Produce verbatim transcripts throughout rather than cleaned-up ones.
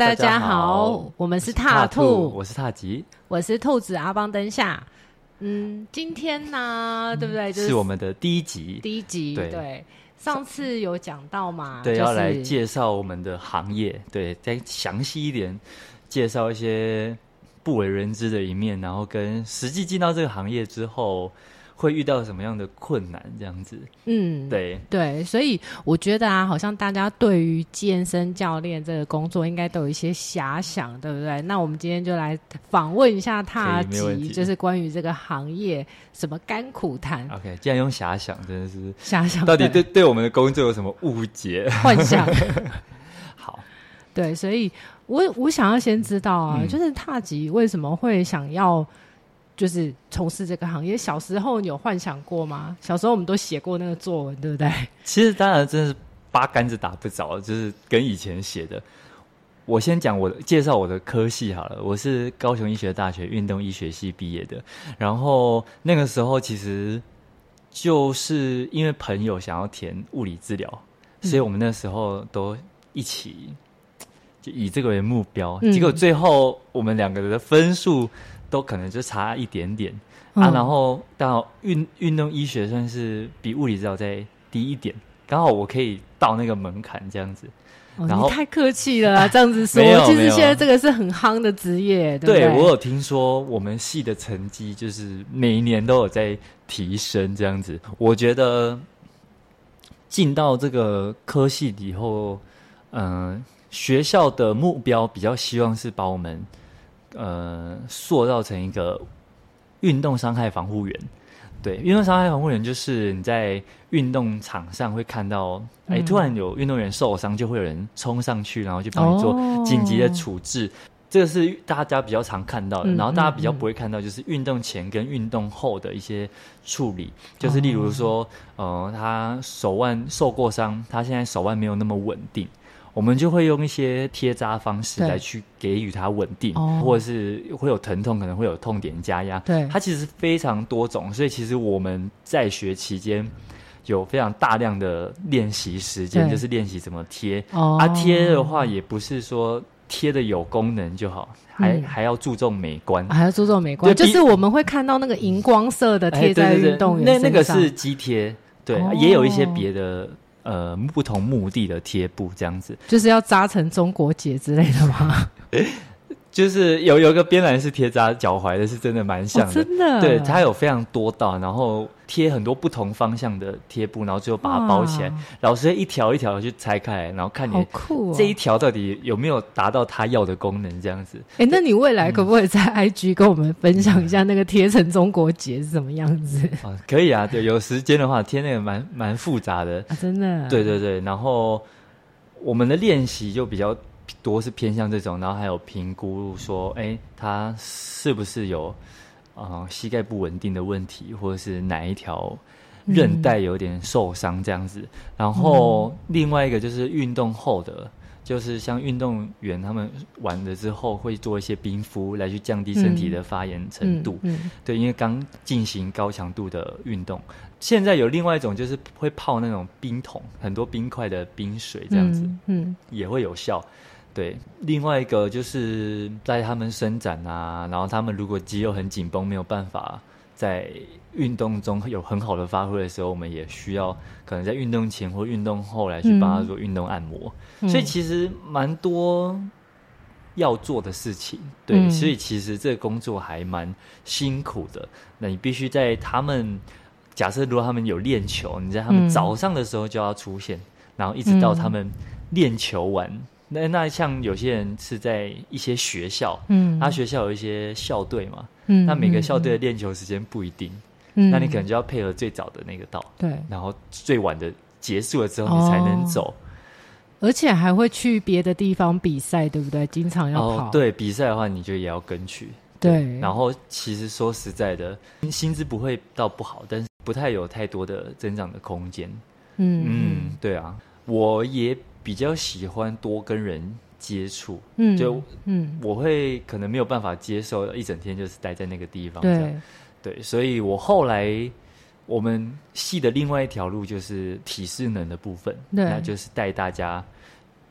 大家好，我们是踏兔， 我是踏吉， 我是兔子阿邦灯下。嗯，今天呢，对不对？就是、 是我们的第一集， 第一集 对, 对。上次有讲到嘛， 对， 就是、 要来介绍我们的行业，对，再详细一点介绍一些不为人知的一面，然后跟实际进到这个行业之后会遇到什么样的困难，这样子。嗯，对对，所以我觉得啊，好像大家对于健身教练这个工作应该都有一些遐想，对不对？那我们今天就来访问一下踏吉，就是关于这个行业什么甘苦谈。 OK， 既然用遐想，真的是遐想， 到底对对我们的工作有什么误解、 幻想？ 好， 对，所以我我想要先知道啊，嗯、就是踏吉为什么会想要就是从事这个行业？小时候你有幻想过吗？小时候我们都写过那个作文，对不对？ 其实当然真的是八竿子打不着，就是跟以前写的。我先讲我的介绍我的科系好了，我是高雄医学大学运动医学系毕业的。然后那个时候其实就是因为朋友想要填物理治疗，嗯、所以我们那时候都一起就以这个为目标。嗯、结果最后我们两个的分数都可能就差一点点、嗯、啊，然后刚好运运动医学算是比物理治疗再低一点，刚好我可以到那个门槛这样子。 哦、然后你太客气了、啊，这样子说，其实现在这个是很夯的职业，对不对？ 对，我有听说我们系的成绩就是每一年都有在提升这样子。我觉得进到这个科系以后，嗯、呃，学校的目标比较希望是把我们呃，塑造成一个运动伤害防护员。对，运动伤害防护员就是你在运动场上会看到，哎、嗯，突然有运动员受伤，就会有人冲上去，然后就帮你做紧急的处置。哦、这个是大家比较常看到的，嗯、然后大家比较不会看到，就是运动前跟运动后的一些处理，嗯、就是例如说，呃，他手腕受过伤，他现在手腕没有那么稳定。我们就会用一些贴扎方式来去给予它稳定，或者是会有疼痛，可能会有痛点加压。对，它其实非常多种，所以其实我们在学期间有非常大量的练习时间，就是练习怎么贴。啊，贴的话也不是说贴的有功能就好，还、嗯、还要注重美观， 还要注重美观，就是我们会看到那个荧光色的贴在运动员身上。 那那个是肌贴，对，哦、也有一些别的。呃，不同目的的贴布这样子， 就是要扎成中国结之类的吗？ 就是有有一个边栏是贴扎脚踝的，是真的蛮像的、哦， 真的。 对，它有非常多道，然后贴很多不同方向的贴布，然后最后把它包起来，老师一条一条的去拆开来，然后看你这一条到底有没有达到他要的功能，这样子。 哎、欸，那你未来可不可以在 I G 跟我们分享一下那个贴成中国结是什么样子？ 啊，可以啊，对，有时间的话贴那个蛮蛮复杂的、 啊，真的。 对对对，然后我们的练习就比较多是偏向这种，然后还有评估说，哎，他是不是有呃膝盖不稳定的问题，或者是哪一条韧带有点受伤这样子。嗯、然后另外一个就是运动后的，就是像运动员他们完了之后会做一些冰敷来去降低身体的发炎程度。嗯嗯嗯、对，因为刚进行高强度的运动。现在有另外一种就是会泡那种冰桶，很多冰块的冰水这样子，嗯，嗯也会有效。对，另外一个就是在他们伸展啊，然后他们如果肌肉很紧绷，没有办法在运动中有很好的发挥的时候，我们也需要可能在运动前或运动后来去帮他做运动按摩。嗯、所以其实蛮多要做的事情，对，嗯、所以其实这个工作还蛮辛苦的。那你必须在他们假设如果他们有练球，你在他们早上的时候就要出现，嗯、然后一直到他们练球完。那那像有些人是在一些学校，嗯，他学校有一些校队嘛，嗯，那每个校队的练球时间不一定，嗯，那你可能就要配合最早的那个到，对，然后最晚的结束了之后你才能走，哦、 而且还会去别的地方比赛，对不对？经常要跑， 哦、对，比赛的话你就也要跟去，对，对然后其实说实在的，薪资不会到不好，但是不太有太多的增长的空间，嗯嗯，对啊，我也。比较喜欢多跟人接触，嗯，就嗯，我会可能没有办法接受一整天就是待在那个地方，对对，所以我后来我们系的另外一条路就是体适能的部分，对，那就是带大家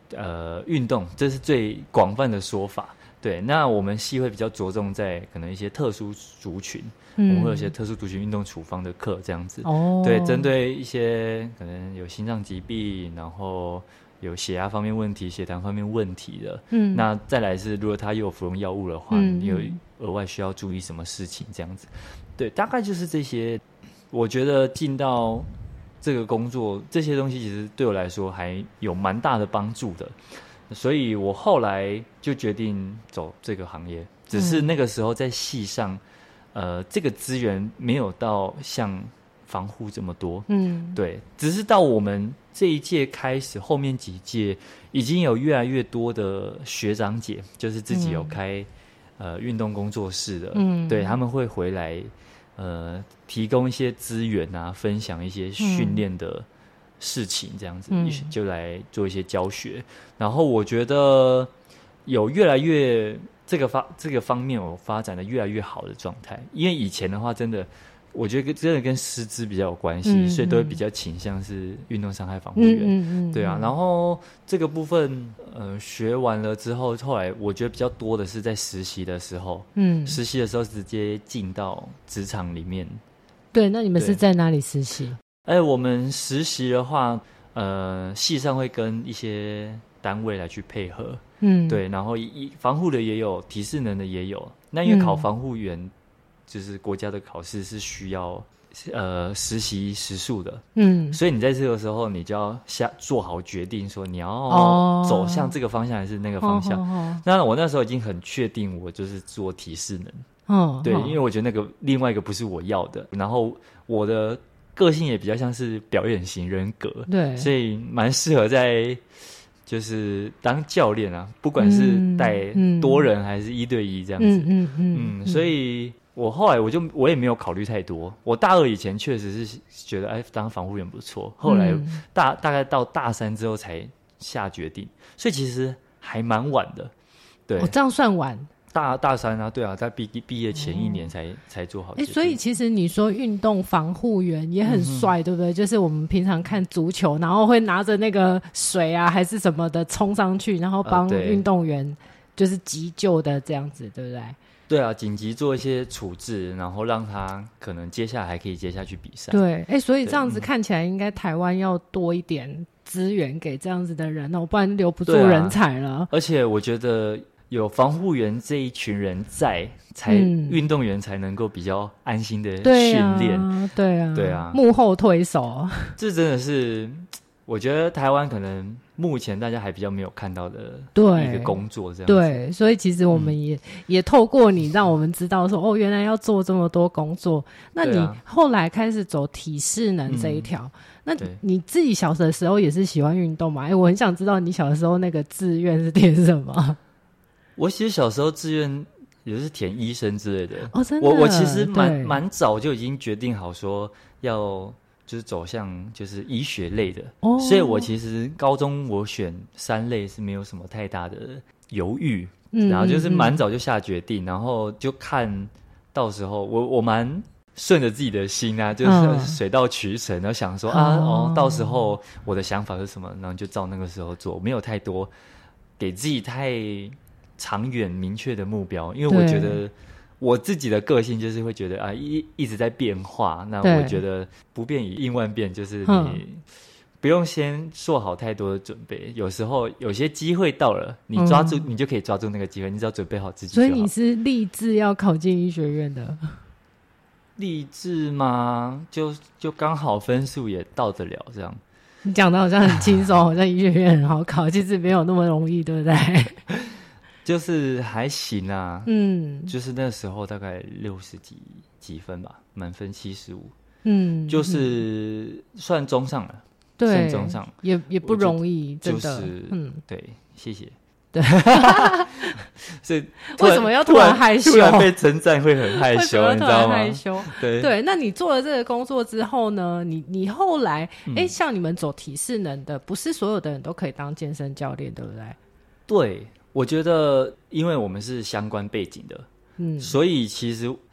呃运动，这是最广泛的说法。对，那我们系会比较着重在可能一些特殊族群，嗯、我们会有一些特殊族群运动处方的课这样子。哦，对，针对一些可能有心脏疾病，然后有血压方面问题、血糖方面问题的，嗯，那再来是如果他又有服用药物的话，嗯、你有额外需要注意什么事情这样子？对，大概就是这些。我觉得进到这个工作，这些东西其实对我来说还有蛮大的帮助的。所以我后来就决定走这个行业，只是那个时候在系上，呃，这个资源没有到像防护这么多，嗯，对，只是到我们这一届开始，后面几届已经有越来越多的学长姐，就是自己有开、嗯、呃运动工作室的，嗯，对，他们会回来，呃，提供一些资源啊，分享一些训练的。嗯事情这样子、嗯、就来做一些教学，然后我觉得有越来越这个方这个方面有发展的越来越好的状态，因为以前的话真的我觉得真的跟师资比较有关系、嗯、所以都会比较倾向是运动伤害防护员、嗯嗯嗯、对啊，然后这个部分呃学完了之后，后来我觉得比较多的是在实习的时候，嗯，实习的时候直接进到职场里面。 对，那你们是在哪里实习？ 哎，我们实习的话，呃，系上会跟一些单位来去配合，嗯，对，然后一防护的也有，体适能的也有。那因为考防护员，嗯、就是国家的考试是需要呃实习时数的，嗯，所以你在这个时候，你就要下做好决定，说你要走向这个方向还是那个方向。哦、那我那时候已经很确定，我就是做体适能，哦，对，因为我觉得那个另外一个不是我要的，然后我的。个性也比较像是表演型人格，对，所以蛮适合在就是当教练啊，不管是带多人还是一对一这样子，嗯嗯 嗯, 嗯，所以我后来我就我也没有考虑太多。我大二以前确实是觉得哎当防护员不错，后来大大概到大三之后才下决定，所以其实还蛮晚的。对， 哦，这样算晚。 大大三啊，对啊，在毕毕业前一年才、哦、才做好决定。 所以其实你说运动防护员也很帅、嗯，对不对？就是我们平常看足球，然后会拿着那个水啊还是什么的冲上去，然后帮运动员就是急救的这样子，呃、对不对？ 对啊，紧急做一些处置，然后让他可能接下来还可以接下去比赛。 对，哎，所以这样子看起来，应该台湾要多一点资源给这样子的人哦，不然留不住人才了。 啊、而且我觉得。有防护员这一群人在，才运动员才能够比较安心的训练、 嗯。对啊， 对啊， 幕后推手， 这真的是我觉得台湾可能目前大家还比较没有看到的一个工作，这样子。 对，所以其实我们也、嗯、也透过你，让我们知道说，哦，原来要做这么多工作。那你后来开始走体适能这一条。嗯，那你自己小的时候也是喜欢运动吗？哎，我很想知道你小的时候那个志愿是填什么。 我其实小时候志愿也是填医生之类的。 哦，真的。 我我其实蛮蛮早就已经决定好说要就是走向就是医学类的。哦。所以我其实高中我选三类是没有什么太大的犹豫，嗯、然后就是蛮早就下决定，嗯、然后就看到时候我我蛮顺着自己的心啊，就是水到渠成，然后想说、嗯、啊哦，到时候我的想法是什么，然后就照那个时候做，没有太多给自己太。长远明确的目标，因为我觉得我自己的个性就是会觉得啊，一一直在变化。那我觉得不变以应万变，就是你不用先做好太多的准备。有时候有些机会到了，你抓住、嗯、你就可以抓住那个机会，你只要准备好自己就好。 所以你是立志要考进医学院的？ 立志吗？就就刚好分数也到得了这样。 你讲的好像很轻松，好像医学院很好考，其实没有那么容易，对不对？ 就是还行啊，嗯，就是那时候大概六十几几分吧，满分七十五，嗯，就是算中上了，对，算中上也也不容易，真的， 就是、嗯，对，谢谢， 对， 所以为什么要突然害羞？ 突然被称赞会很害羞，你知道吗？ 害羞，对对。那你做了这个工作之后呢？你你后来，哎、嗯，像你们走体适能的，不是所有的人都可以当健身教练，对不对？ 对。我觉得因为我们是相关背景的，嗯，所以其实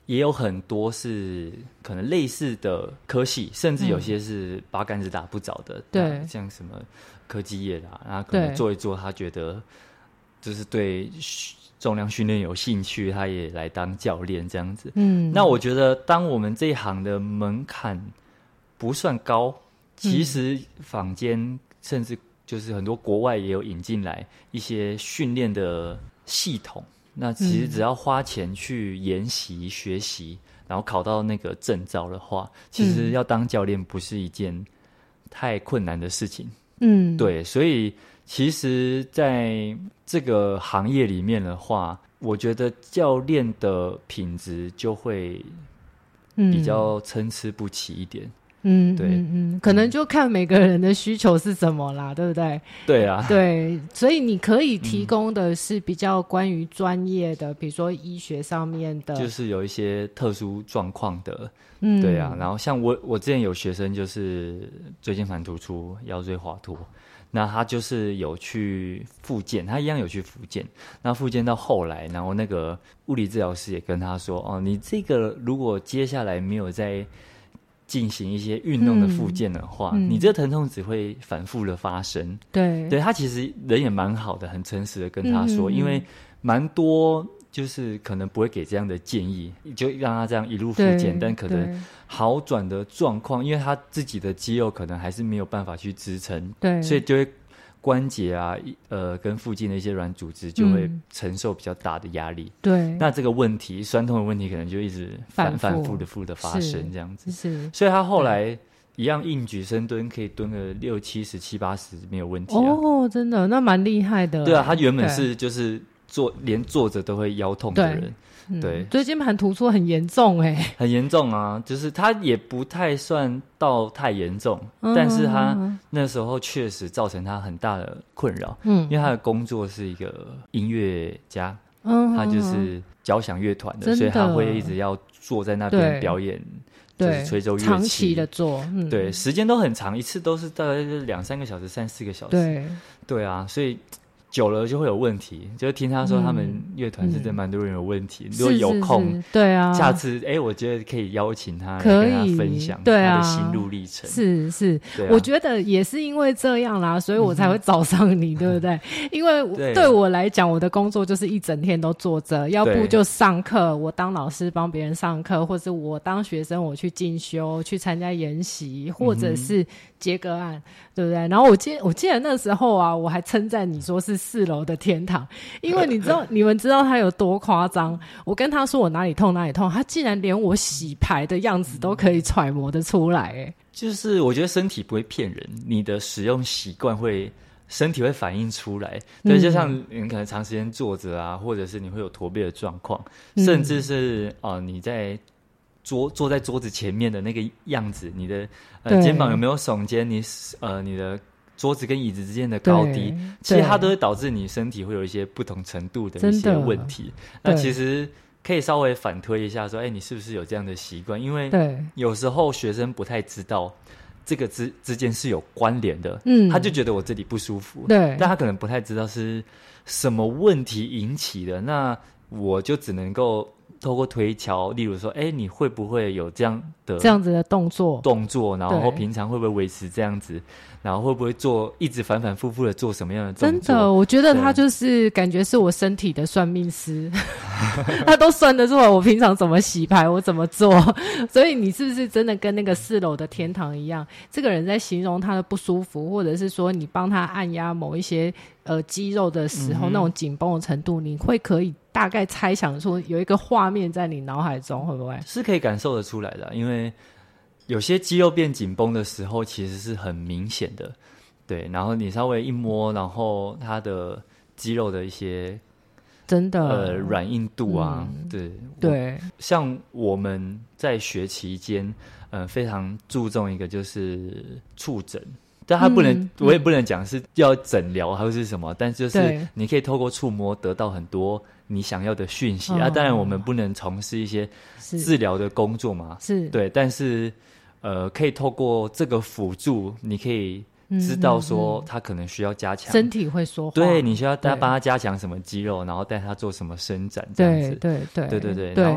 也有很多是可能类似的科系，甚至有些是八竿子打不着的， 对、嗯， 像什么科技业啦，然后可能做一做，他觉得就是对重量训练有兴趣，他也来当教练这样子。嗯，那我觉得当我们这一行的门槛不算高，其实坊间甚至就是很多国外也有引进来一些训练的系统。那其实只要花钱去研习学习，然后考到那个证照的话，其实要当教练不是一件太困难的事情。嗯，对，所以其实在这个行业里面的话，我觉得教练的品质就会比较参差不齐一点。 嗯，对，嗯嗯，可能就看每个人的需求是什么啦，对不对？ 对啊， 对，所以你可以提供的是比较关于专业的，嗯、比如说医学上面的， 就是有一些特殊状况的，嗯，对啊。然后像我，我之前有学生就是椎间盘突出、腰椎滑脱，那他就是有去复健，他一样有去复健。那复健到后来，然后那个物理治疗师也跟他说：“哦，你这个如果接下来没有在进行一些运动的复健的话，嗯嗯、你这个疼痛只会反复的发生。”对，对他其实人也蛮好的，很诚实的跟他说，嗯、因为蛮多就是可能不会给这样的建议，就让他这样一路复健，但可能好转的状况，因为他自己的肌肉可能还是没有办法去支撑，对，所以就会关节啊，呃，跟附近的一些软组织就会承受比较大的压力。对、嗯，那这个问题，酸痛的问题，可能就一直反反复的复的发生这样子。是，所以他后来一样硬举深蹲，可以蹲个六七十、七八十没有问题、啊。 哦，真的，那蛮厉害的。 对啊，他原本是就是坐连坐着都会腰痛的人。对， 椎间盘突出很严重哎、欸， 很严重啊！就是他也不太算到太严重，嗯、但是他那时候确实造成他很大的困扰。嗯，因为他的工作是一个音乐家，嗯，他就是交响乐团的，所以他会一直要坐在那边表演，就是吹奏乐器， 长期的做，嗯、 对，时间都很长，一次都是大概两三个小时、三四个小时。对，对啊，所以久了就会有问题，就听他说他们乐团是真蛮多人有问题、嗯、如果有空是是是对啊，下次哎、欸，我觉得可以邀请他来跟他分享他的心路历程。 是是、啊、我觉得也是因为这样啦，所以我才会找上你、嗯、对不对？因为 对, 对我来讲，我的工作就是一整天都坐着，要不就上课，我当老师帮别人上课，或是我当学生我去进修去参加研习，或者是接个案、嗯、对不对？然后我记我记得那时候啊，我还称赞你说是四楼的天堂，因为你知道你们知道他有多夸张，我跟他说我哪里痛哪里痛，他竟然连我洗牌的样子都可以揣摩得出来。哎， 就是我觉得身体不会骗人，你的使用习惯会身体会反映出来。对，就像你可能长时间坐着啊，或者是你会有驼背的状况、嗯、甚至是、呃、你在桌坐在桌子前面的那个样子，你的、呃、肩膀有没有耸肩，你呃你的桌子跟椅子之间的高低，其实它都会导致你身体会有一些不同程度的一些问题。那其实可以稍微反推一下说，哎，你是不是有这样的习惯？因为有时候学生不太知道这个之之间是有关联的，嗯，他就觉得我这里不舒服，对，但他可能不太知道是什么问题引起的。那我就只能够透过推敲，例如说，哎，你会不会有这样的这样子的动作动作，然后平常会不会维持这样子，然后会不会做一直反反复复的做什么样的动作？ 真的，我觉得他就是感觉是我身体的算命师，他都算得出来我平常怎么洗牌，我怎么做。所以你是不是真的跟那个四楼的天堂一样？这个人在形容他的不舒服，或者是说你帮他按压某一些呃肌肉的时候，嗯、那种紧绷的程度，你会可以大概猜想出有一个画面在你脑海中，会不会是可以感受得出来的？因为有些肌肉变紧绷的时候其实是很明显的，对，然后你稍微一摸，然后它的肌肉的一些真的呃软硬度啊、嗯、对对，像我们在学期间呃非常注重一个就是触诊，但他不能、嗯、我也不能讲是要诊疗还是什么，但就是你可以透过触摸得到很多你想要的讯息、哦、啊。当然我们不能从事一些治疗的工作嘛，是对，但是呃，可以透过这个辅助，你可以知道说他可能需要加强， 身体会说话， 对，你需要帮他加强什么肌肉，然后带他做什么伸展，这样子， 对对对对对对对。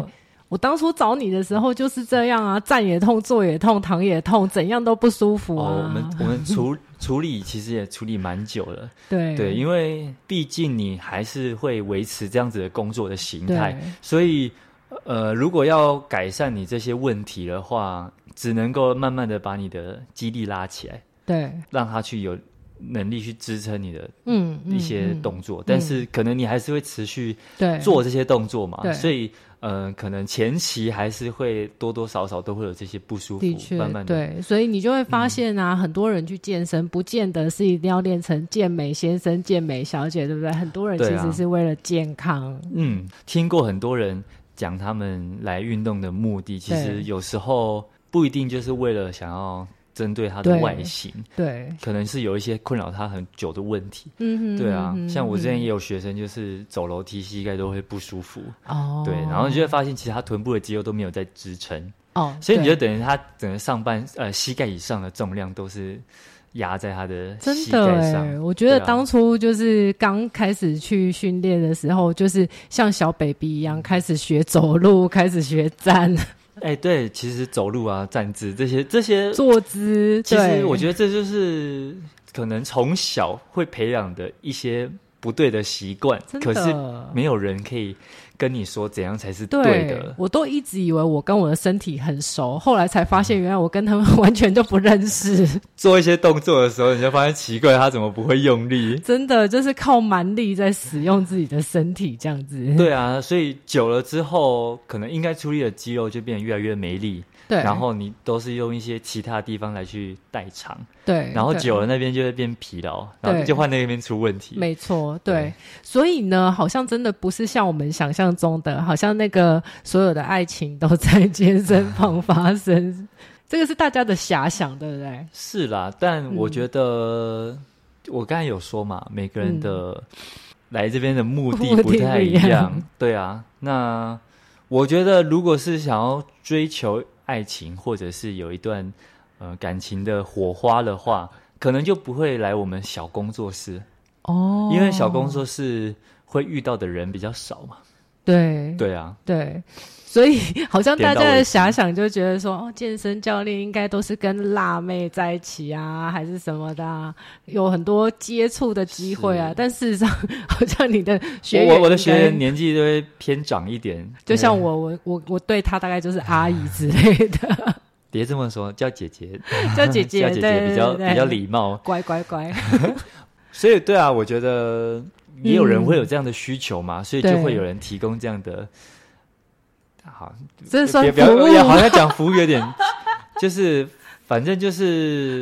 我当初找你的时候就是这样啊，站也痛，坐也痛，躺也痛，怎样都不舒服啊。 哦、我们我们处处理其实也处理蛮久了， 对对，因为毕竟你还是会维持这样子的工作的形态，所以呃，如果要改善你这些问题的话，只能够慢慢的把你的肌力拉起来，对，让它去有能力去支撑你的嗯一些动作，嗯嗯嗯、但是可能你还是会持续做这些动作嘛，所以呃，可能前期还是会多多少少都会有这些不舒服，的确，慢慢的对，所以你就会发现啊、嗯，很多人去健身，不见得是一定要练成健美先生、健美小姐，对不对？很多人其实是为了健康。啊、 嗯，听过很多人讲他们来运动的目的，其实有时候不一定就是为了想要针对他的外形， 对， 对，可能是有一些困扰他很久的问题。嗯哼，对啊，嗯哼，像我之前也有学生，就是走楼梯膝盖都会不舒服。哦，对，然后你就会发现，其实他臀部的肌肉都没有在支撑。哦，所以你就等于他整个上半呃膝盖以上的重量都是压在他的膝盖上。真的， 我觉得当初就是刚开始去训练的时候，就是像小 baby 一样，开始学走路，开始学站。 哎、欸，对，其实走路啊、站姿这些、这些坐姿， 其实我觉得这就是可能从小会培养的一些不对的习惯，可是没有人可以跟你说怎样才是对的。 对，我都一直以为我跟我的身体很熟，后来才发现原来我跟他们完全就不认识。 做一些动作的时候，你就发现奇怪，他怎么不会用力？ 真的就是靠蛮力在使用自己的身体这样子。 对啊，所以久了之后，可能应该出力的肌肉就变得越来越没力。对，然后你都是用一些其他地方来去代偿。对，然后久了那边就会变疲劳，然后就换那边出问题。 没错，对，对，所以呢，好像真的不是像我们想象中的，好像那个所有的爱情都在健身房发生，这个是大家的遐想，对不对？ 是啦，但我觉得、嗯、我刚才有说嘛，每个人的、嗯、来这边的目的不太一样。对啊，那我觉得如果是想要追求爱情，或者是有一段呃感情的火花的话，可能就不会来我们小工作室哦，因为小工作室会遇到的人比较少嘛。对，对啊， 对，所以好像大家的遐想就觉得说，哦，健身教练应该都是跟辣妹在一起啊，还是什么的、啊，有很多接触的机会啊。但事实上，好像你的学员， 我我的学员年纪都会偏长一点， 就像我我我我对他大概就是阿姨之类的。 别这么说，叫姐姐， 叫姐姐， 叫姐姐比较比较礼貌， 乖乖乖。 所以，对啊，我觉得也有人会有这样的需求嘛，嗯、所以就会有人提供这样的。好， 这算服务，好像讲服务有点，就是反正就是，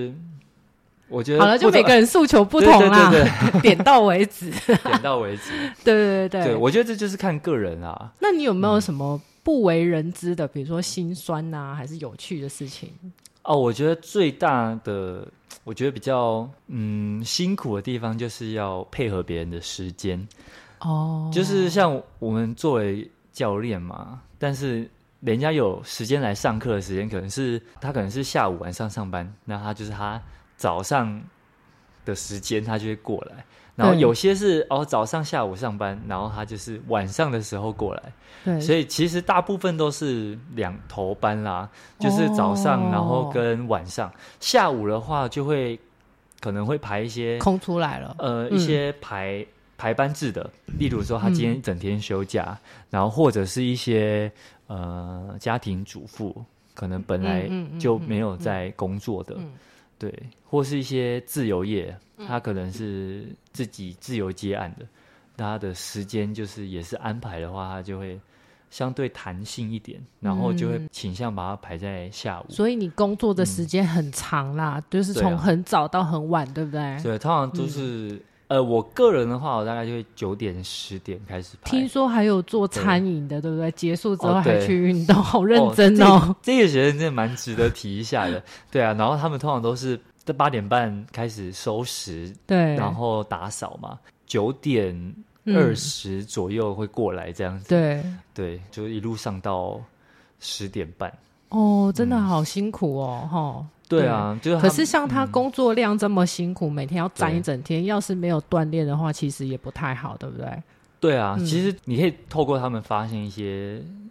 我觉得好了，就每个人诉求不同啦，对对对对点到为止， 点到为止。 对对对 对, 对，我觉得这就是看个人啊。 那你有没有什么不为人知的，比如说心酸啊，还是有趣的事情？ 哦，我觉得最大的，我觉得比较嗯辛苦的地方，就是要配合别人的时间。哦，就是像我们作为教练嘛，但是人家有时间来上课的时间，可能是他可能是下午晚上上班，那他就是他早上的时间他就会过来，然后有些是哦早上下午上班，然后他就是晚上的时候过来，对，所以其实大部分都是两头班啦，就是早上、哦、然后跟晚上，下午的话就会可能会排一些空出来了， 呃、嗯、一些排排班制的，例如说他今天一整天休假、嗯、然后或者是一些呃家庭主妇可能本来就没有在工作的、嗯嗯嗯嗯、对，或是一些自由业，他可能是自己自由接案的，他的时间就是也是安排的话，他就会相对弹性一点，然后就会倾向把它排在下午。 所以你工作的时间很长啦、嗯、就是从很早到很晚， 对,、啊、对不对？ 对，通常都是、嗯呃，我个人的话，我大概就会九点十点开始排。 听说还有做餐饮的， 对, 对不对？结束之后还去运动、哦，好认真哦。 哦这, 这个学生真的蛮值得提一下的。对啊，然后他们通常都是在八点半开始收拾，对，然后打扫嘛，九点二十左右会过来这样子。对、嗯、对，就一路上到十点半。 哦，真的好辛苦哦，哈、嗯。 对啊，就是可是像他工作量这么辛苦、嗯、每天要站一整天，要是没有锻炼的话其实也不太好，对不对？ 对啊、嗯、其实你可以透过他们发现一些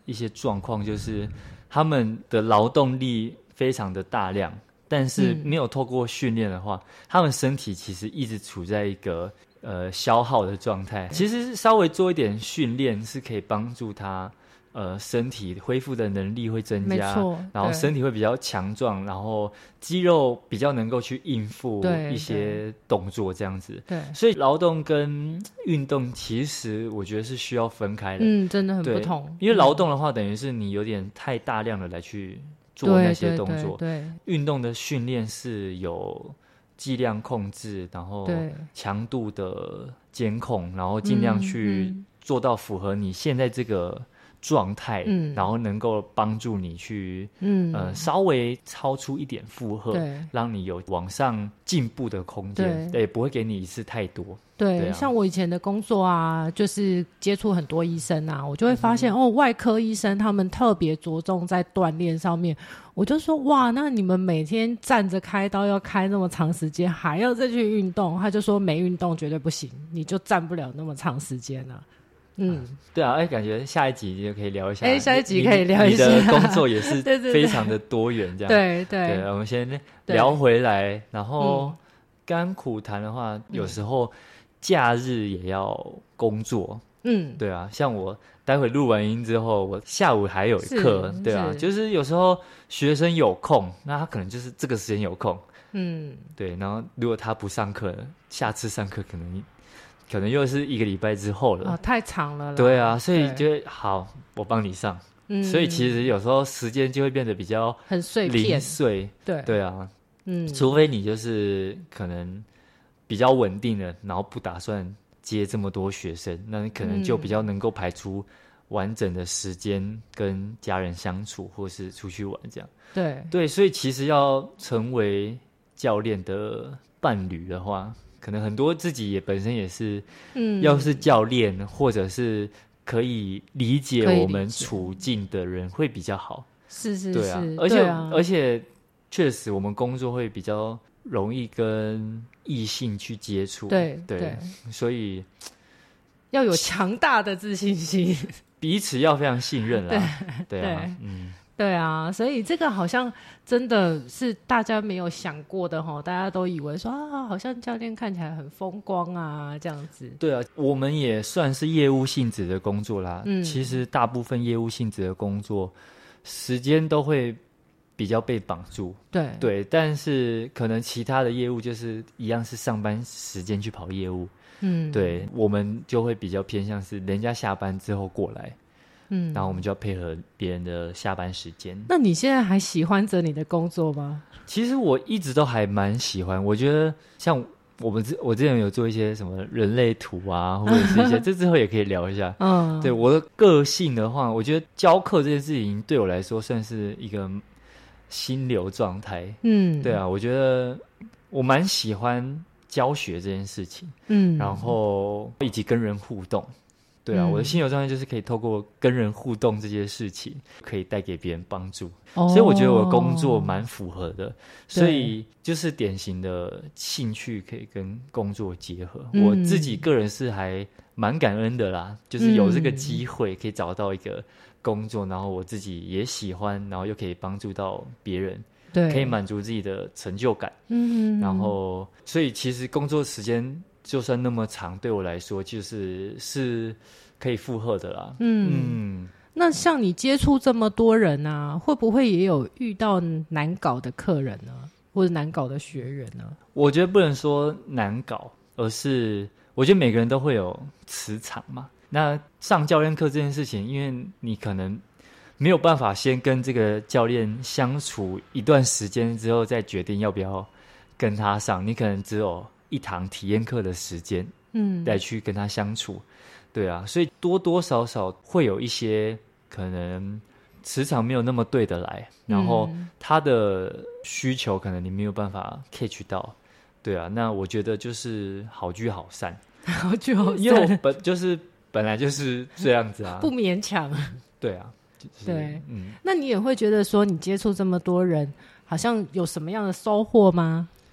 一些状况，就是他们的劳动力非常的大量，但是没有透过训练的话，嗯、他们身体其实一直处在一个呃消耗的状态。其实稍微做一点训练是可以帮助他。呃，身体恢复的能力会增加，然后身体会比较强壮，然后肌肉比较能够去应付一些动作，这样子。对，所以劳动跟运动其实我觉得是需要分开的。 嗯，真的很不同。 因为劳动的话，等于是你有点太大量的来去做那些动作。对，运动的训练是有剂量控制，然后强度的监控，然后尽量去做到符合你现在这个。状态，嗯，然后能够帮助你去，嗯，呃，稍微超出一点负荷，对，让你有往上进步的空间，对，也不会给你一次太多。 对，对啊，像我以前的工作啊，就是接触很多医生啊，我就会发现、嗯、哦，外科医生他们特别着重在锻炼上面。我就说哇，那你们每天站着开刀要开那么长时间，还要再去运动？他就说没运动绝对不行，你就站不了那么长时间啊。嗯， 对啊，哎，感觉下一集就可以聊一下。 哎，下一集可以聊一下。 你的工作也是非常的多元，这样。 对对 对, 对，我们先聊回来。然后甘苦谈的话，嗯、有时候假日也要工作。嗯，对啊，像我待会录完音之后，我下午还有课，对啊，就是有时候学生有空，那他可能就是这个时间有空。嗯，对，然后如果他不上课，下次上课可能。可能又是一个礼拜之后了， 哦，太长了啦。 对啊，所以就好，我帮你上。嗯，所以其实有时候时间就会变得比较很碎片零碎。 对对啊，嗯，除非你就是可能比较稳定的，然后不打算接这么多学生，那你可能就比较能够排出完整的时间跟家人相处，或是出去玩这样。 对对，所以其实要成为教练的伴侣的话。可能很多自己也本身也是，嗯，要是教练或者是可以理解我们处境的人会比较好。 是是是， 对啊，而且、啊、而且确实我们工作会比较容易跟异性去接触。 对对, 对，所以要有强大的自信心， 彼此要非常信任啦。对, 对啊， 对嗯。 对啊，所以这个好像真的是大家没有想过的齁，大家都以为说啊，好像教练看起来很风光啊这样子。 对啊，我们也算是业务性质的工作啦。嗯，其实大部分业务性质的工作时间都会比较被绑住。 对对，但是可能其他的业务就是一样是上班时间去跑业务。嗯，对，我们就会比较偏向是人家下班之后过来。嗯，然后我们就要配合别人的下班时间。 那你现在还喜欢着你的工作吗？ 其实我一直都还蛮喜欢，我觉得像我们之我之前有做一些什么人类图啊，或者是一些这之后也可以聊一下。嗯，对我的个性的话，我觉得教课这件事情对我来说算是一个心流状态。嗯，对啊，我觉得我蛮喜欢教学这件事情。嗯，然后以及跟人互动。对啊、嗯，我的心流状态就是可以透过跟人互动这件事情，可以带给别人帮助、哦，所以我觉得我的工作蛮符合的，所以就是典型的兴趣可以跟工作结合。嗯、我自己个人是还蛮感恩的啦，就是有这个机会可以找到一个工作，然后我自己也喜欢，然后又可以帮助到别人，对，可以满足自己的成就感。嗯，然后所以其实工作时间。就算那么长，对我来说就是是可以负荷的啦。嗯嗯， 那像你接触这么多人啊，会不会也有遇到难搞的客人呢，或者难搞的学员呢？ 我觉得不能说难搞，而是我觉得每个人都会有磁场嘛。那上教练课这件事情，因为你可能没有办法先跟这个教练相处一段时间之后，再决定要不要跟他上，你可能只有一堂体验课的时间，嗯，来去跟他相处，对啊，所以多多少少会有一些可能磁场没有那么对得来，然后他的需求可能你没有办法 catch 到，对啊，那我觉得就是好聚好散， 好聚好散， 因为我本就是本来就是这样子啊， 不勉强， 对啊，就是、 对，嗯，那你也会觉得说你接触这么多人，好像有什么样的收获吗？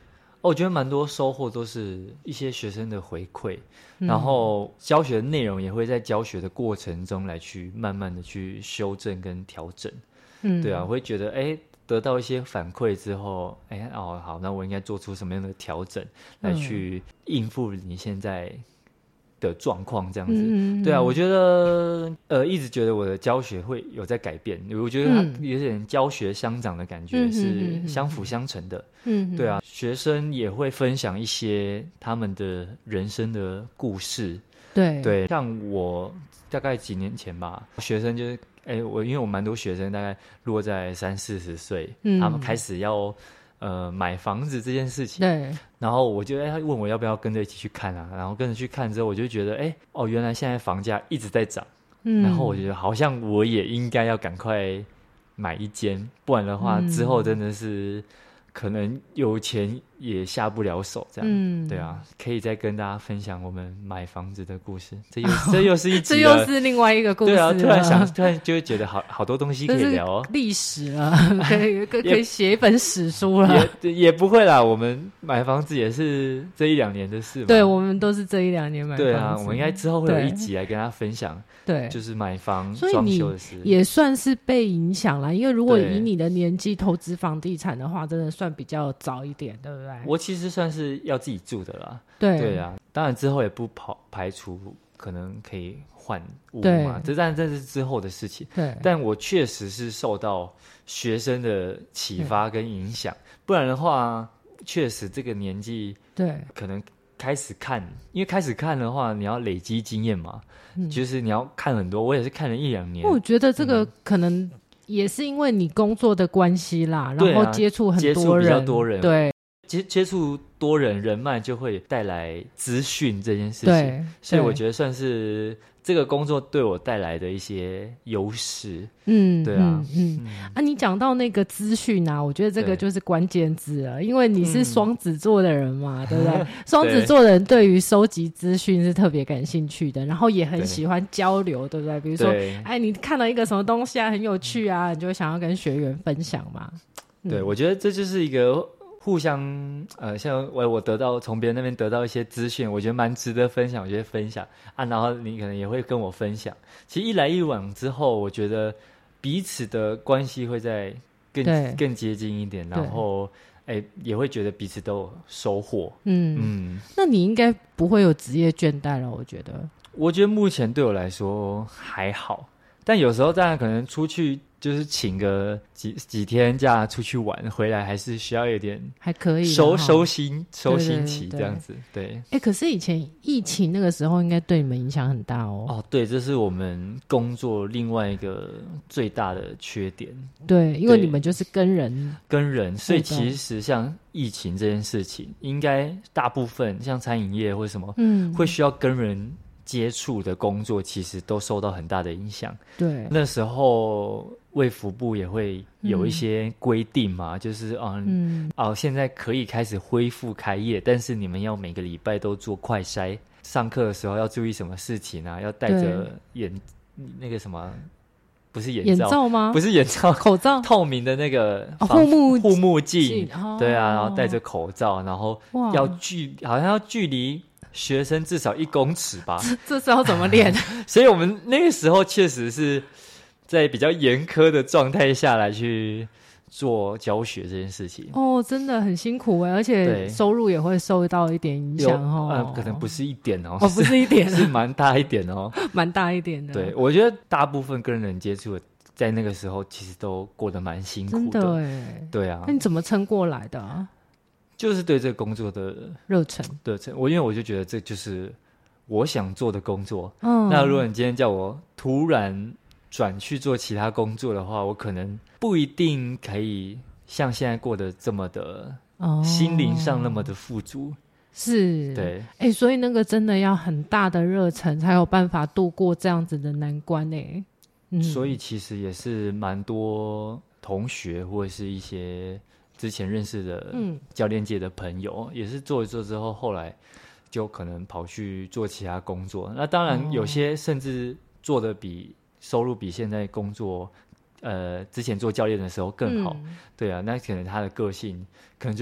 哦，我觉得蛮多收获都是一些学生的回馈，嗯、然后教学的内容也会在教学的过程中来去慢慢的去修正跟调整。嗯，对啊，我会觉得哎，得到一些反馈之后，哎哦好，那我应该做出什么样的调整来去应付你现在的状况这样子。嗯、对啊，我觉得呃一直觉得我的教学会有在改变，我觉得它有点教学相长的感觉，嗯、是相辅相成的。嗯，对啊，学生也会分享一些他们的人生的故事。对对，像我大概几年前吧，学生就是哎，我因为我蛮多学生大概落在三四十岁，嗯、他们开始要呃买房子这件事情。对，然后我就哎，他问我要不要跟着一起去看啊，然后跟着去看之后，我就觉得哎哦，原来现在房价一直在涨，嗯、然后我觉得好像我也应该要赶快买一间，不然的话、嗯、之后真的是可能有钱也下不了手，这样。嗯，对啊，可以再跟大家分享我们买房子的故事。这又这又是一集， 这又是另外一个故事。 对啊，突然想，突然就会觉得好好多东西可以聊哦， 历史了，可以可以写一本史书了。 也也不会啦，我们买房子也是这一两年的事嘛。 对，我们都是这一两年买房子。 对啊，我们应该之后会有一集来跟大家分享。对，就是买房装修的事， 也算是被影响了。因为如果以你的年纪投资房地产的话，真的算比较早一点，对不对？ 我其实算是要自己住的啦。对对啊，当然之后也不排排除可能可以换屋嘛，这当然这是之后的事情。对，但我确实是受到学生的启发跟影响，不然的话，确实这个年纪对可能。开始看，因为开始看的话，你要累积经验嘛，嗯、就是你要看很多。我也是看了一两年。 我觉得这个可能也是因为你工作的关系啦，嗯、然后接触很多人，接触比较多人， 对， 接接触多人人脉就会带来资讯这件事情。对，所以我觉得算是这个工作对我带来的一些优势。嗯，对啊， 嗯，嗯嗯啊，你讲到那个资讯啊，我觉得这个就是关键字了，因为你是双子座的人嘛，嗯、对不对？双子座的人对于收集资讯是特别感兴趣的，然后也很喜欢交流，对不对？比如说，哎，你看到一个什么东西啊，很有趣啊，你就会想要跟学员分享嘛。 嗯、对，我觉得这就是一个。互相呃，像我我得到从别人那边得到一些资讯，我觉得蛮值得分享，我觉得分享啊，然后你可能也会跟我分享。其实一来一往之后，我觉得彼此的关系会再更更接近一点，然后哎也会觉得彼此都有收获。嗯嗯，那你应该不会有职业倦怠了，我觉得。 我觉得目前对我来说还好，但有时候当然可能出去。就是请个几几天假出去玩，回来还是需要有点还可以收收心收心期这样子。对， 哎、欸，可是以前疫情那个时候应该对你们影响很大哦。 哦，对，这是我们工作另外一个最大的缺点。 对，因为你们就是跟人跟人，所以其实像疫情这件事情，应该大部分像餐饮业或什么，嗯，会需要跟人接触的工作，其实都受到很大的影响。对，那时候。卫福部也会有一些规定嘛，嗯、就是啊，嗯，哦，现在可以开始恢复开业，但是你们要每个礼拜都做快筛，上课的时候要注意什么事情啊？要戴着眼那个什么，不是眼罩, 眼罩吗？ 不是眼罩， 口罩， 透明的那个护、哦、目护目镜，哦、对啊，然后戴着口罩，然后要距好像要距离学生至少一公尺吧？ 这时候怎么练？ 所以我们那个时候确实是。在比较严苛的状态下来去做教学这件事情哦，真的很辛苦哎，而且收入也会受到一点影响哦、 呃。可能不是一点哦， 哦不是一点， 是蛮大一点哦， 蛮大一点的。 对，我觉得大部分跟人接触的，在那个时候其实都过得蛮辛苦的。 真的哎， 对啊， 那你怎么撑过来的、啊？ 就是对这个工作的热忱， 热忱。我因为我就觉得这就是我想做的工作。嗯，那如果你今天叫我突然。转去做其他工作的话，我可能不一定可以像现在过得这么的，哦、心灵上那么的富足。 是， 对， 哎、欸，所以那个真的要很大的热忱，才有办法度过这样子的难关哎、欸。 嗯，所以其实也是蛮多同学或者是一些之前认识的教练界的朋友，嗯、也是做一做之后，后来就可能跑去做其他工作。那当然，有些甚至做的比。收入比现在工作，呃，之前做教练的时候更好，嗯、对啊，那可能他的个性可能就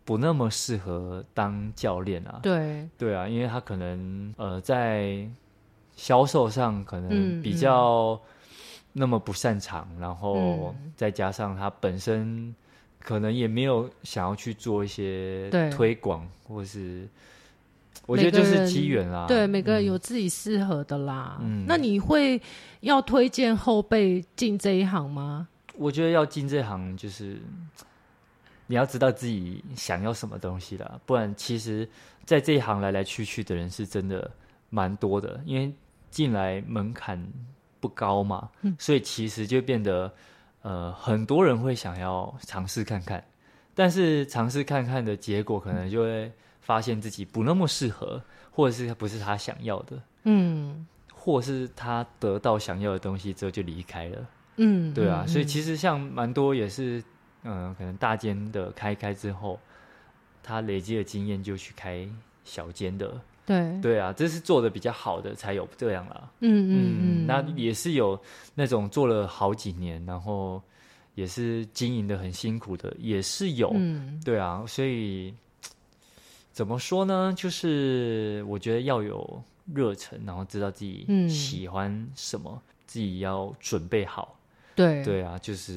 不那么适合当教练啊。 对对啊，因为他可能呃在销售上可能比较那么不擅长，嗯、然后再加上他本身可能也没有想要去做一些推广，或是我觉得就是机缘啦。 对，每个人有自己适合的啦。嗯，那你会要推荐后辈进这一行吗？ 我觉得要进这行就是你要知道自己想要什么东西啦，不然其实在这一行来来去去的人是真的蛮多的，因为进来门槛不高嘛，嗯、所以其实就变得呃很多人会想要尝试看看，但是尝试看看的结果可能就会发现自己不那么适合，或者是不是他想要的，嗯，或是他得到想要的东西之后就离开了。嗯，对啊，嗯、所以其实像蛮多也是，嗯、呃，可能大间的开开之后，他累积的经验就去开小间的， 对， 对啊，这是做的比较好的才有这样啦。嗯嗯嗯，那也是有那种做了好几年，然后也是经营的很辛苦的，也是有，嗯，对啊，所以怎么说呢？就是我觉得要有热忱，然后知道自己喜欢什么，嗯、自己要准备好。 对对啊，就是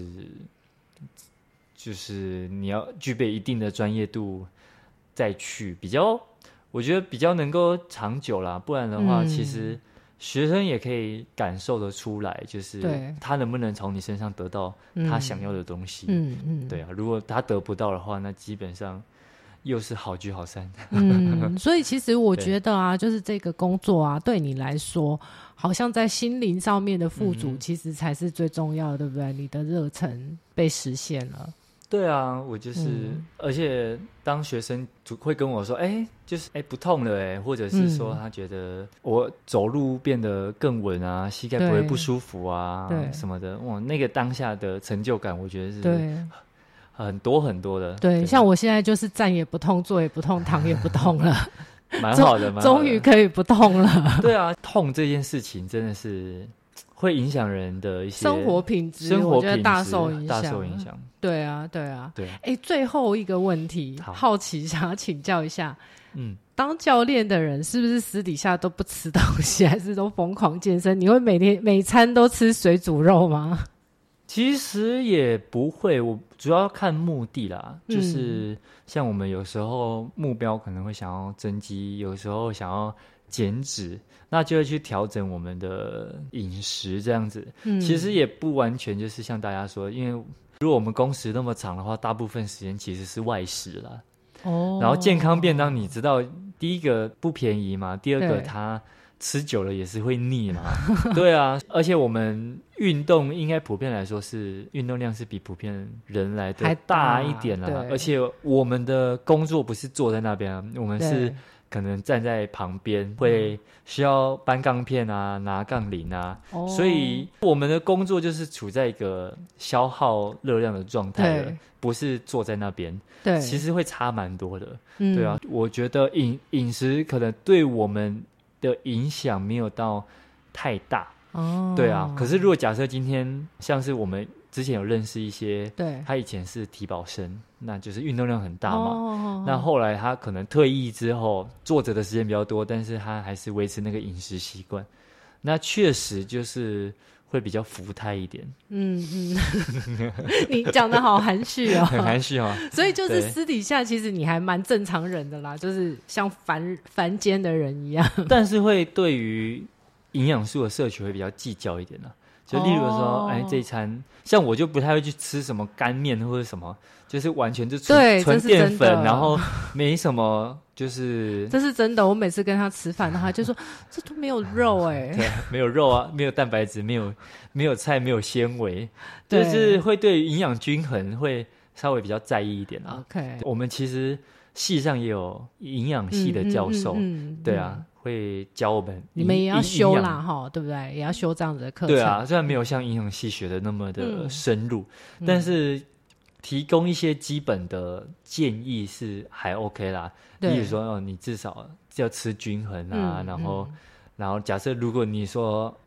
就是你要具备一定的专业度再去比较，我觉得比较能够长久啦。不然的话，嗯、其实学生也可以感受得出来，就是他能不能从你身上得到他想要的东西。嗯嗯，对啊，如果他得不到的话，那基本上又是好聚好散。 嗯，所以其实我觉得啊，就是这个工作啊，对你来说，好像在心灵上面的富足，其实才是最重要的，对不对？你的热忱被实现了。 对啊，我就是，嗯、而且当学生会跟我说，哎，就是哎不痛了哎，或者是说他觉得我走路变得更稳啊，膝盖不会不舒服啊，什么的，哇，那个当下的成就感，我觉得是对。很多很多的， 对，像我现在就是站也不痛，坐也不痛，躺也不痛了， 蛮好的， 终于可以不痛了。 对啊，痛这件事情真的是会影响人的一些生活品质， 生活品质我觉得大受影响， 大受影响。 对啊，对啊， 对。 哎，最后一个问题，好, 好奇想要请教一下，嗯，当教练的人是不是私底下都不吃东西，还是都疯狂健身？你会每天每餐都吃水煮肉吗？ 其实也不会，我主要看目的啦，嗯、就是像我们有时候目标可能会想要增肌，有时候想要减脂，那就会去调整我们的饮食这样子。嗯、其实也不完全就是像大家说，因为如果我们工时那么长的话，大部分时间其实是外食啦。哦，然后健康便当，你知道，第一个不便宜嘛，第二个它吃久了也是会腻嘛。对啊，而且我们运动应该普遍来说是运动量是比普遍人来的大一点啦，而且我们的工作不是坐在那边啊，我们是可能站在旁边，会需要搬杠片啊，拿杠铃啊，哦、所以我们的工作就是处在一个消耗热量的状态了，不是坐在那边。对，其实会差蛮多的。嗯、对啊，我觉得饮饮食可能对我们的影响没有到太大。哦，对啊。可是如果假设今天像是我们之前有认识一些，对，他以前是体保生，那就是运动量很大嘛。哦、那后来他可能退役之后，坐着的时间比较多，但是他还是维持那个饮食习惯，那确实就是会比较福态一点。嗯嗯， 你讲得好含蓄哦， 很含蓄哦。 所以就是私底下其实你还蛮正常人的啦，就是像凡凡间的人一样， 但是会对于营养素的摄取会比较计较一点啦。就例如说，哦、哎，这一餐像我就不太会去吃什么干面或者什么，就是完全就纯纯淀粉，然后没什么，就是这是真的。我每次跟他吃饭，他就说这都没有肉哎、欸， 对，没有肉啊，没有蛋白质，没有没有菜，没有纤维，就是会对营养均衡会稍微比较在意一点啊。OK， 我们其实系上也有营养系的教授，嗯嗯嗯、对啊。会教我们， 你们也要修啦哈，对不对？也要修这样子的课程。 对啊，虽然没有像营养系学的那么的深入，嗯、但是提供一些基本的建议是还 OK 啦。例如说，哦，你至少要吃均衡啊，嗯、然后，嗯、然后假设如果你说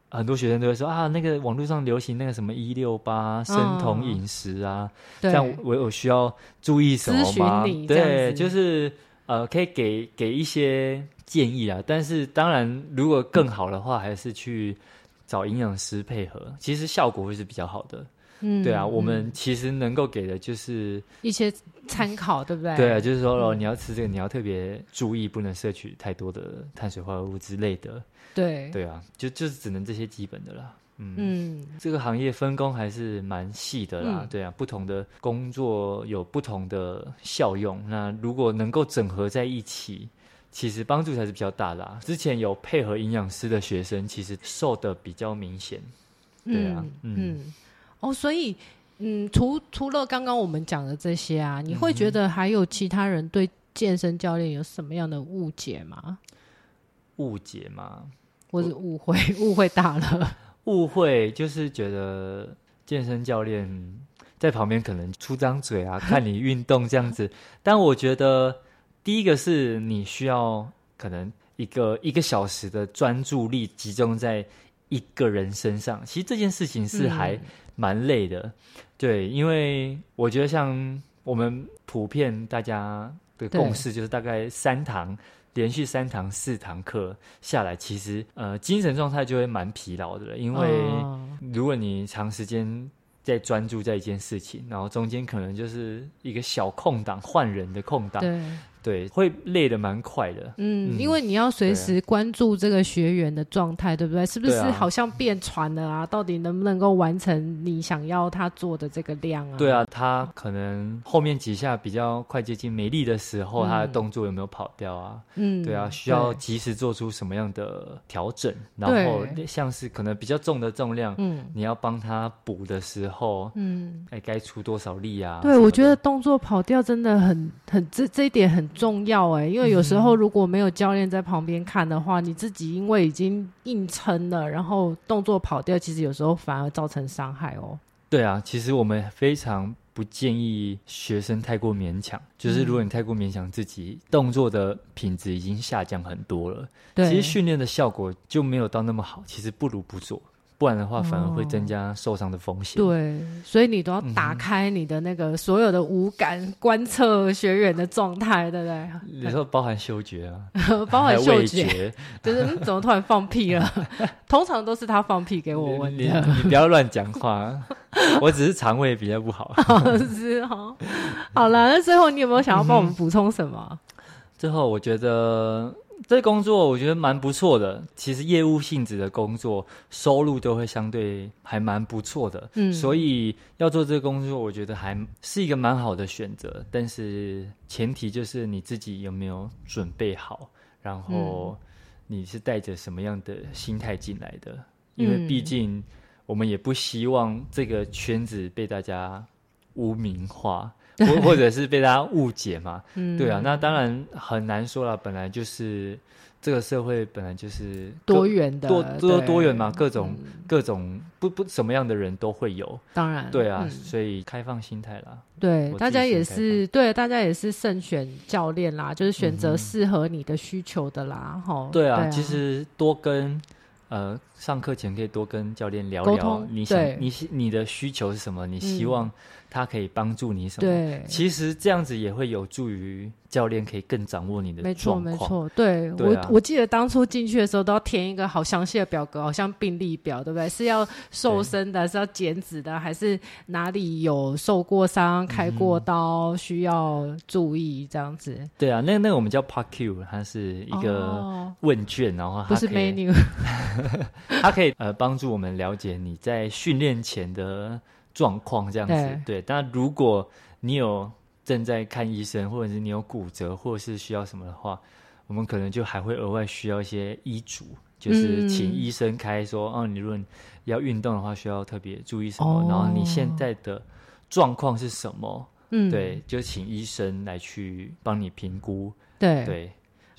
很多学生都会说啊，那个网络上流行那个什么一六八生酮饮食啊，这样我有需要注意什么吗？对，就是呃，可以给给一些建议啊。但是当然，如果更好的话，还是去找营养师配合，其实效果会是比较好的。嗯，对啊，我们其实能够给的就是一些参考，对不对？ 对啊，就是说、嗯、哦，你要吃这个，你要特别注意，不能摄取太多的碳水化合物之类的。 对， 对啊，就就是只能这些基本的啦。嗯，嗯这个行业分工还是蛮细的啦。嗯、对啊，不同的工作有不同的效用，那如果能够整合在一起，其实帮助才是比较大的啊。之前有配合营养师的学生，其实瘦的比较明显。对啊，嗯。嗯哦，所以，嗯，除除了刚刚我们讲的这些啊，你会觉得还有其他人对健身教练有什么样的误解吗？ 误解吗？ 或者误会？误会大了。 误会就是觉得健身教练在旁边可能出张嘴啊，看你运动这样子。但我觉得第一个是你需要可能一个一个小时的专注力集中在一个人身上，其实这件事情是还、嗯蛮累的，对，因为我觉得像我们普遍大家的共识就是大概三堂连续三堂四堂课下来，其实呃精神状态就会蛮疲劳的了，因为如果你长时间在专注在一件事情，然后中间可能就是一个小空档换人的空档，对。对，会累得蛮快的。 嗯，因为你要随时关注这个学员的状态，对不对？是不是好像变喘了啊？到底能不能够完成你想要他做的这个量啊？ 对啊，他可能后面几下比较快接近没力的时候，嗯、他的动作有没有跑掉啊？嗯，对啊，需要及时做出什么样的调整？然后像是可能比较重的重量，嗯，你要帮他补的时候，嗯，哎，该出多少力啊？ 对，我觉得动作跑掉真的很很这这一点很重要哎，因为有时候如果没有教练在旁边看的话，嗯、你自己因为已经硬撑了，然后动作跑掉，其实有时候反而造成伤害哦。 对啊，其实我们非常不建议学生太过勉强，就是如果你太过勉强自己，嗯、动作的品质已经下降很多了，其实训练的效果就没有到那么好，其实不如不做。不然的话反而会增加受伤的风险、 哦、对，所以你都要打开你的那个所有的五感、嗯、观测学员的状态，对不对？ 你说包含嗅觉啊包含嗅觉就是你怎么突然放屁了通常都是他放屁给我闻的。 你, 你, 你不要乱讲话我只是肠胃比较不好是好好了，那最后你有没有想要帮我们补充什么、嗯、 最后我觉得这工作我觉得蛮不错的，其实业务性质的工作收入都会相对还蛮不错的，嗯，所以要做这个工作我觉得还是一个蛮好的选择，但是前提就是你自己有没有准备好，然后你是带着什么样的心态进来的、嗯、因为毕竟我们也不希望这个圈子被大家污名化或或者是被大家误解嘛、嗯、对啊，那当然很难说啦，本来就是这个社会本来就是多元的， 多多多元嘛，各种、嗯、各种不不什么样的人都会有， 当然对啊、 嗯、 所以开放心态啦， 对，大家也是对，大家也是慎选教练啦，就是选择适合你的需求的啦、嗯、 对啊，对啊，其实多跟呃上课前可以多跟教练聊聊你想你你的需求是什么，你希望他可以帮助你什么、嗯、对，其实这样子也会有助于教练可以更掌握你的状况， 没错没错，对，对、啊、我我记得当初进去的时候都要填一个好详细的表格，好像病历表，对不对？是要瘦身的，是要减脂的，还是哪里有受过伤开过刀、嗯、需要注意这样子？ 对啊，那那个我们叫 P A Q， 它是一个问卷、哦、然后它不是 menu 它可以呃帮助我们了解你在训练前的状况这样子， 对, 对，但如果你有正在看医生，或者是你有骨折或者是需要什么的话，我们可能就还会额外需要一些医嘱，就是请医生开说、嗯、哦，你如果要运动的话需要特别注意什么、哦、然后你现在的状况是什么，嗯，对，就请医生来去帮你评估，对对，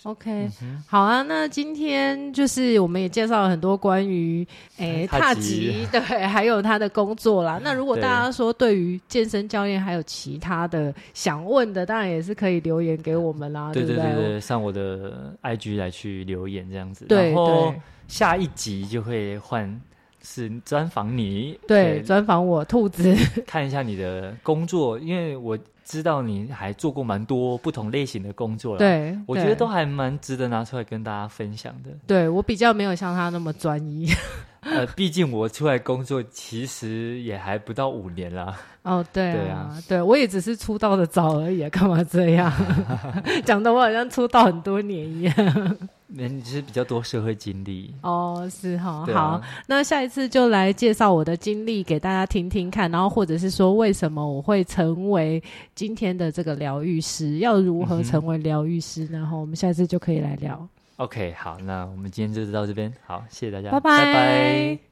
OK，、嗯、好啊，那今天就是我们也介绍了很多关于诶踏吉，对，还有他的工作啦。那如果大家说对于健身教练还有其他的想问的，当然也是可以留言给我们啦， 对对不对？ 对对对，上我的 I G 来去留言这样子。 对， 然后下一集就会换是专访你， 对，专访我兔子， 看一下你的工作，因为我知道你还做过蛮多不同类型的工作了， 对， 我觉得都还蛮值得拿出来跟大家分享的。 对，我比较没有像他那么专一， 呃，毕竟我出来工作其实也还不到五年啦。 哦，对啊， 对啊， 对，我也只是出道的早而已啊，干嘛这样？讲的我好像出道很多年一样。 你是比较多社会经历哦，是哈、 啊， 好，那下一次就来介绍我的经历给大家听听看，然后或者是说为什么我会成为今天的这个疗愈师，要如何成为疗愈师，然后我们下一次就可以来聊。 OK， 好，那我们今天就到这边，好，谢谢大家， 拜拜。 拜拜。